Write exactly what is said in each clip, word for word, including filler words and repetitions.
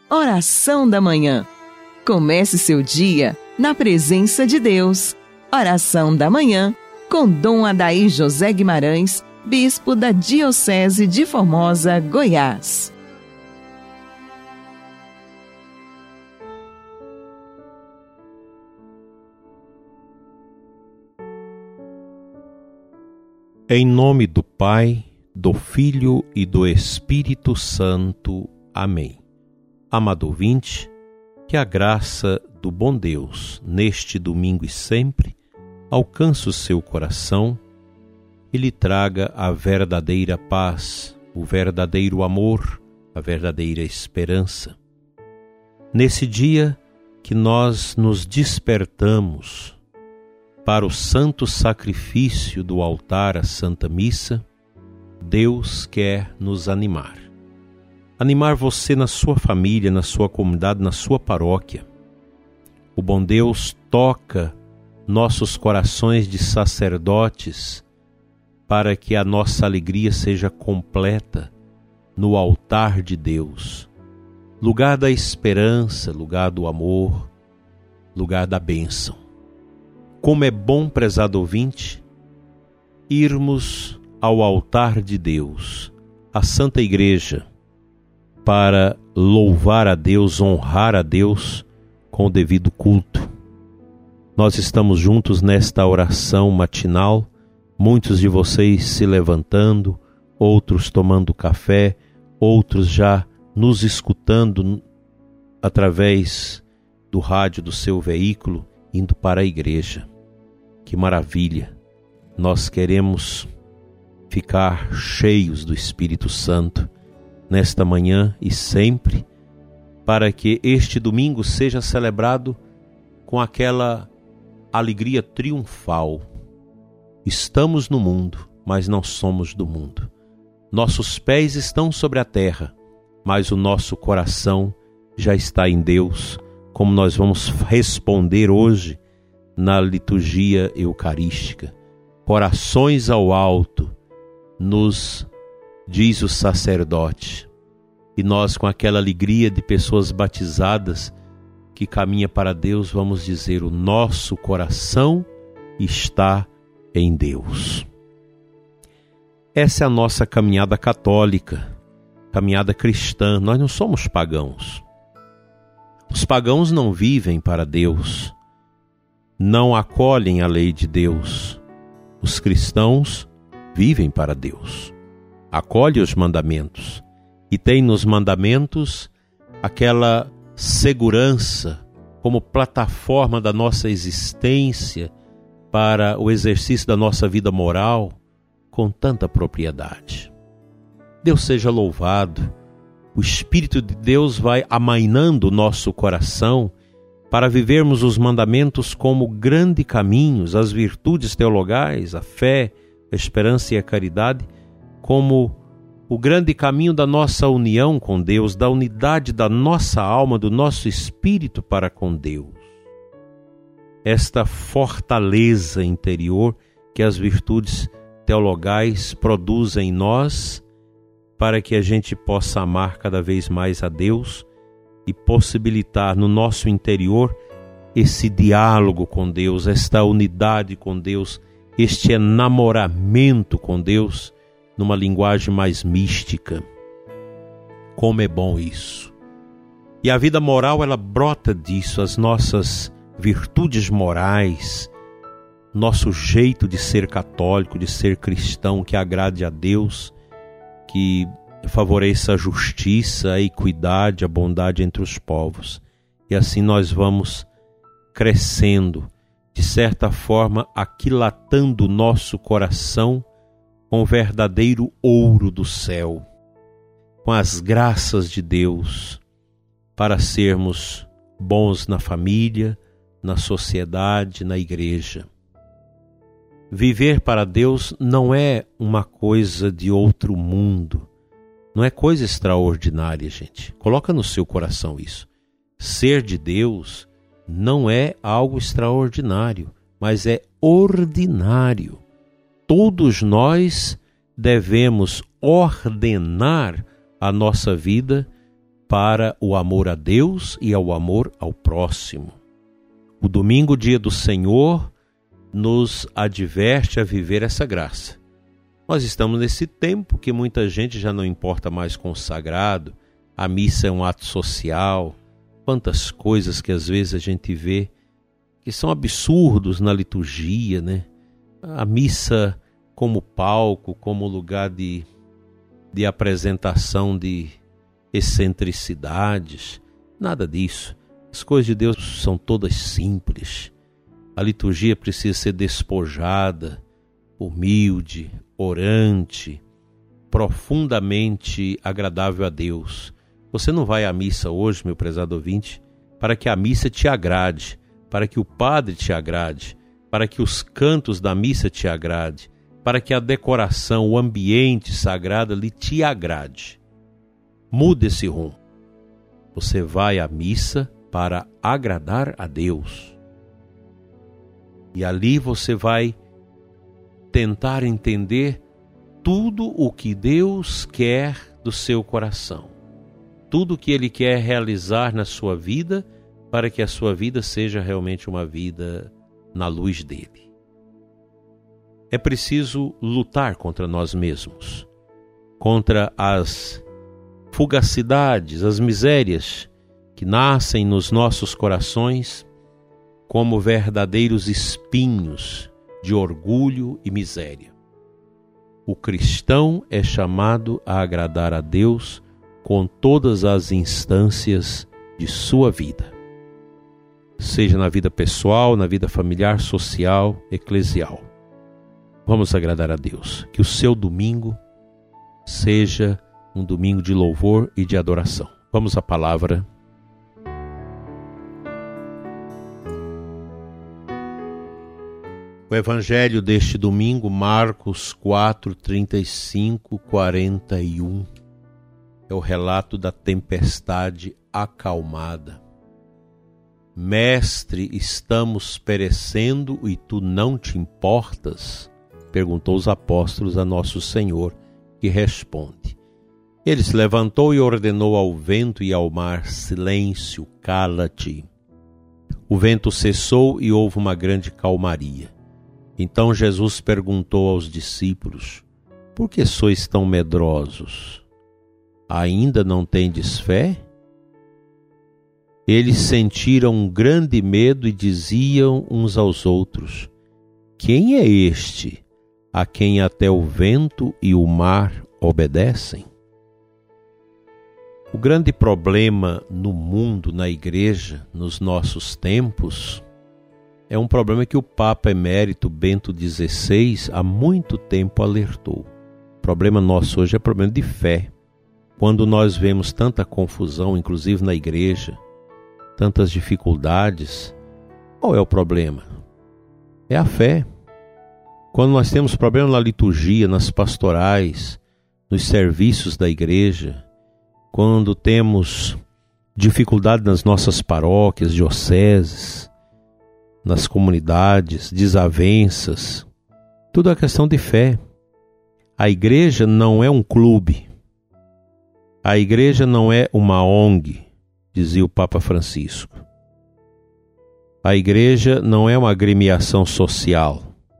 Oração da Manhã. Comece seu dia na presença de Deus. Oração da Manhã com Dom Adair José Guimarães, Bispo da Diocese de Formosa, Goiás. Em nome do Pai, do Filho e do Espírito Santo. Amém. Amado ouvinte, que a graça do bom Deus, neste domingo e sempre, alcance o seu coração e lhe traga a verdadeira paz, o verdadeiro amor, a verdadeira esperança. Nesse dia que nós nos despertamos para o santo sacrifício do altar à Santa Missa, Deus quer nos animar. Animar você na sua família, na sua comunidade, na sua paróquia. O bom Deus toca nossos corações de sacerdotes para que a nossa alegria seja completa no altar de Deus. Lugar da esperança, lugar do amor, lugar da bênção. Como é bom, prezado ouvinte, irmos ao altar de Deus, à Santa Igreja, para louvar a Deus, honrar a Deus com o devido culto. Nós estamos juntos nesta oração matinal, muitos de vocês se levantando, outros tomando café, outros já nos escutando através do rádio do seu veículo, indo para a igreja. Que maravilha! Nós queremos ficar cheios do Espírito Santo nesta manhã e sempre, para que este domingo seja celebrado com aquela alegria triunfal. Estamos no mundo, mas não somos do mundo. Nossos pés estão sobre a terra, mas o nosso coração já está em Deus, como nós vamos responder hoje na liturgia eucarística. Corações ao alto, nos diz o sacerdote. E nós, com aquela alegria de pessoas batizadas que caminha para Deus, vamos dizer: o nosso coração está em Deus. Essa é a nossa caminhada católica, caminhada cristã. Nós não somos pagãos. Os pagãos não vivem para Deus, não acolhem a lei de Deus. Os cristãos vivem para Deus, acolhem os mandamentos e tem nos mandamentos aquela segurança como plataforma da nossa existência para o exercício da nossa vida moral com tanta propriedade. Deus seja louvado. O Espírito de Deus vai amainando o nosso coração para vivermos os mandamentos como grandes caminhos, as virtudes teologais, a fé, a esperança e a caridade, como o grande caminho da nossa união com Deus, da unidade da nossa alma, do nosso espírito para com Deus. Esta fortaleza interior que as virtudes teologais produzem em nós, para que a gente possa amar cada vez mais a Deus e possibilitar no nosso interior esse diálogo com Deus, esta unidade com Deus, este enamoramento com Deus, numa linguagem mais mística. Como é bom isso! E a vida moral, ela brota disso, as nossas virtudes morais, nosso jeito de ser católico, de ser cristão, que agrade a Deus, que favoreça a justiça, a equidade, a bondade entre os povos. E assim nós vamos crescendo, de certa forma, aquilatando o nosso coração com o verdadeiro ouro do céu, com as graças de Deus, para sermos bons na família, na sociedade, na igreja. Viver para Deus não é uma coisa de outro mundo, não é coisa extraordinária, gente. Coloca no seu coração isso. Ser de Deus não é algo extraordinário, mas é ordinário. Todos nós devemos ordenar a nossa vida para o amor a Deus e ao amor ao próximo. O domingo, dia do Senhor, nos adverte a viver essa graça. Nós estamos nesse tempo que muita gente já não importa mais com o sagrado, a missa é um ato social, quantas coisas que às vezes a gente vê que são absurdos na liturgia, né? A missa como palco, como lugar de, de apresentação de excentricidades, nada disso. As coisas de Deus são todas simples. A liturgia precisa ser despojada, humilde, orante, profundamente agradável a Deus. Você não vai à missa hoje, meu prezado ouvinte, para que a missa te agrade, para que o padre te agrade, para que os cantos da missa te agrade, para que a decoração, o ambiente sagrado lhe te agrade. Mude esse rumo. Você vai à missa para agradar a Deus. E ali você vai tentar entender tudo o que Deus quer do seu coração. Tudo o que Ele quer realizar na sua vida para que a sua vida seja realmente uma vida na luz dele. É preciso lutar contra nós mesmos, contra as fugacidades, as misérias que nascem nos nossos corações como verdadeiros espinhos de orgulho e miséria. O cristão é chamado a agradar a Deus com todas as instâncias de sua vida, seja na vida pessoal, na vida familiar, social, eclesial. Vamos agradar a Deus. Que o seu domingo seja um domingo de louvor e de adoração. Vamos à palavra. O evangelho deste domingo, Marcos quatro, trinta e cinco, quarenta e um, é o relato da tempestade acalmada. Mestre, estamos perecendo e tu não te importas? Perguntou os apóstolos a nosso Senhor, que responde. Ele se levantou e ordenou ao vento e ao mar: silêncio, cala-te. O vento cessou e houve uma grande calmaria. Então Jesus perguntou aos discípulos: por que sois tão medrosos? Ainda não tendes fé? Eles sentiram um grande medo e diziam uns aos outros: quem é este a quem até o vento e o mar obedecem? O grande problema no mundo, na igreja, nos nossos tempos, é um problema que o Papa Emérito Bento dezesseis há muito tempo alertou. O problema nosso hoje é problema de fé. Quando nós vemos tanta confusão, inclusive na igreja, tantas dificuldades, qual é o problema? É a fé. Quando nós temos problema na liturgia, nas pastorais, nos serviços da igreja, quando temos dificuldade nas nossas paróquias, dioceses, nas comunidades, desavenças, tudo é questão de fé. A igreja não é um clube. A igreja não é uma O N G, dizia o Papa Francisco. A igreja não é uma agremiação social.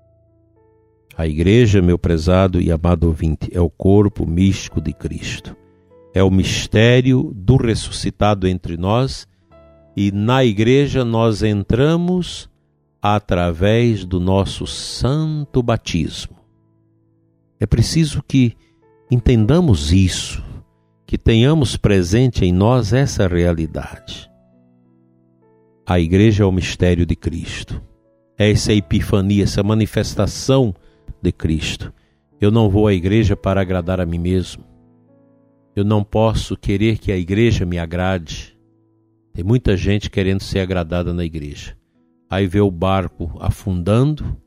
A igreja, meu prezado e amado ouvinte, é o corpo místico de Cristo. É o mistério do ressuscitado entre nós, e na igreja nós entramos através do nosso santo batismo. É preciso que entendamos isso, que tenhamos presente em nós essa realidade. A igreja é o mistério de Cristo. Essa é a epifania, essa manifestação de Cristo. Eu não vou à igreja para agradar a mim mesmo. Eu não posso querer que a igreja me agrade. Tem muita gente querendo ser agradada na igreja. Aí vê o barco afundando,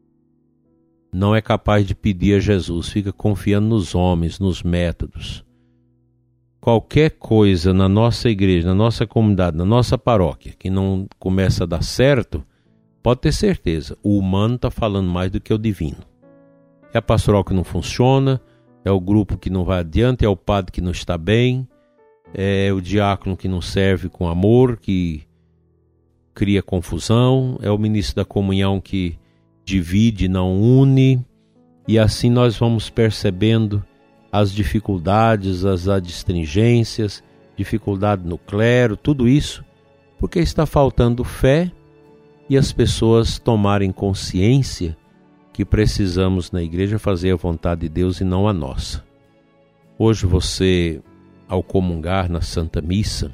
não é capaz de pedir a Jesus, fica confiando nos homens, nos métodos. Qualquer coisa na nossa igreja, na nossa comunidade, na nossa paróquia, que não começa a dar certo, pode ter certeza, o humano está falando mais do que o divino. É a pastoral que não funciona, é o grupo que não vai adiante, é o padre que não está bem, é o diácono que não serve com amor, que cria confusão, é o ministro da comunhão que divide, não une, e assim nós vamos percebendo as dificuldades, as adstringências, dificuldade no clero, tudo isso, porque está faltando fé e as pessoas tomarem consciência que precisamos na igreja fazer a vontade de Deus e não a nossa. Hoje você, ao comungar na Santa Missa,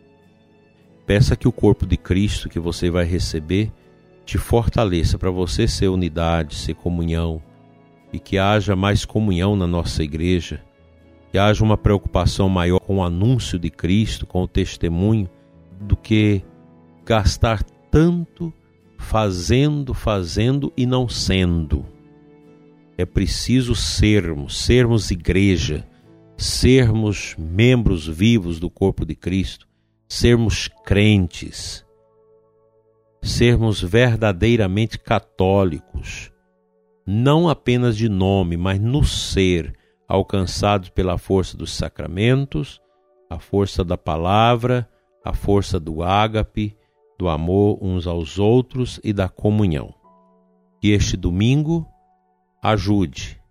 peça que o corpo de Cristo que você vai receber te fortaleça para você ser unidade, ser comunhão, e que haja mais comunhão na nossa igreja, que haja uma preocupação maior com o anúncio de Cristo, com o testemunho, do que gastar tanto fazendo, fazendo e não sendo. É preciso sermos, sermos igreja, sermos membros vivos do corpo de Cristo, sermos crentes, sermos verdadeiramente católicos, não apenas de nome, mas no ser, alcançados pela força dos sacramentos, a força da palavra, a força do ágape, do amor uns aos outros e da comunhão. Que este domingo ajude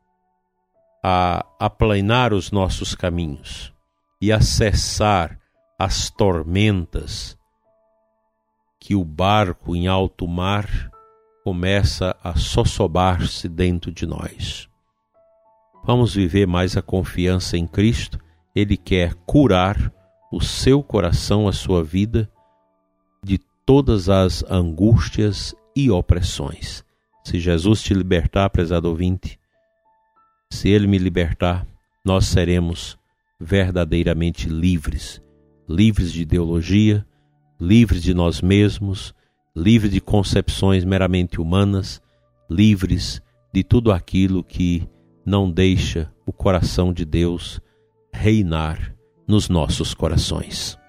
a aplanar os nossos caminhos e a cessar as tormentas que o barco em alto mar começa a sossobar-se dentro de nós. Vamos viver mais a confiança em Cristo. Ele quer curar o seu coração, a sua vida, de todas as angústias e opressões. Se Jesus te libertar, prezado ouvinte, se Ele me libertar, nós seremos verdadeiramente livres. Livres de ideologia, livres de nós mesmos, livres de concepções meramente humanas, livres de tudo aquilo que não deixa o coração de Deus reinar nos nossos corações.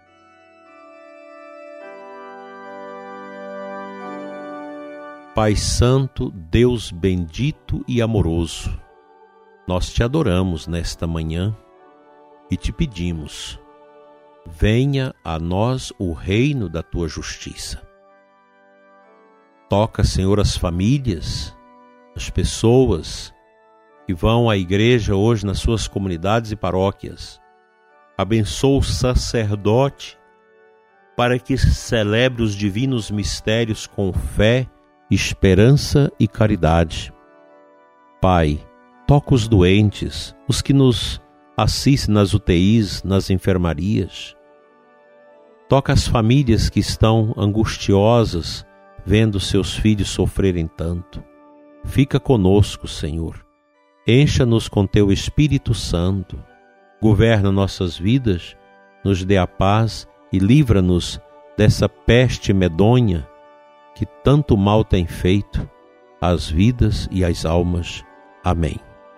Pai Santo, Deus bendito e amoroso, nós te adoramos nesta manhã e te pedimos: venha a nós o reino da tua justiça. Toca, Senhor, as famílias, as pessoas que vão à igreja hoje nas suas comunidades e paróquias. Abençoa o sacerdote para que celebre os divinos mistérios com fé, esperança e caridade. Pai, toca os doentes, os que nos assistem nas U T Is, nas enfermarias. Toca as famílias que estão angustiosas, vendo seus filhos sofrerem tanto. Fica conosco, Senhor. Encha-nos com teu Espírito Santo. Governa nossas vidas, nos dê a paz e livra-nos dessa peste medonha que tanto mal tem feito às vidas e às almas. Amém.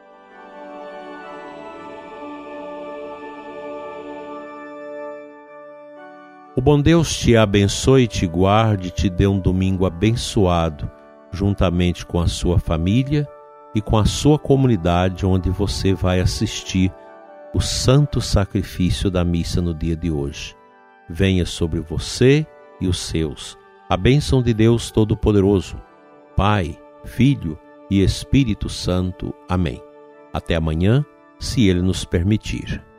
O bom Deus te abençoe e te guarde, e te dê um domingo abençoado, juntamente com a sua família e com a sua comunidade, onde você vai assistir o santo sacrifício da missa no dia de hoje. Venha sobre você e os seus a bênção de Deus Todo-Poderoso, Pai, Filho e Espírito Santo. Amém. Até amanhã, se Ele nos permitir.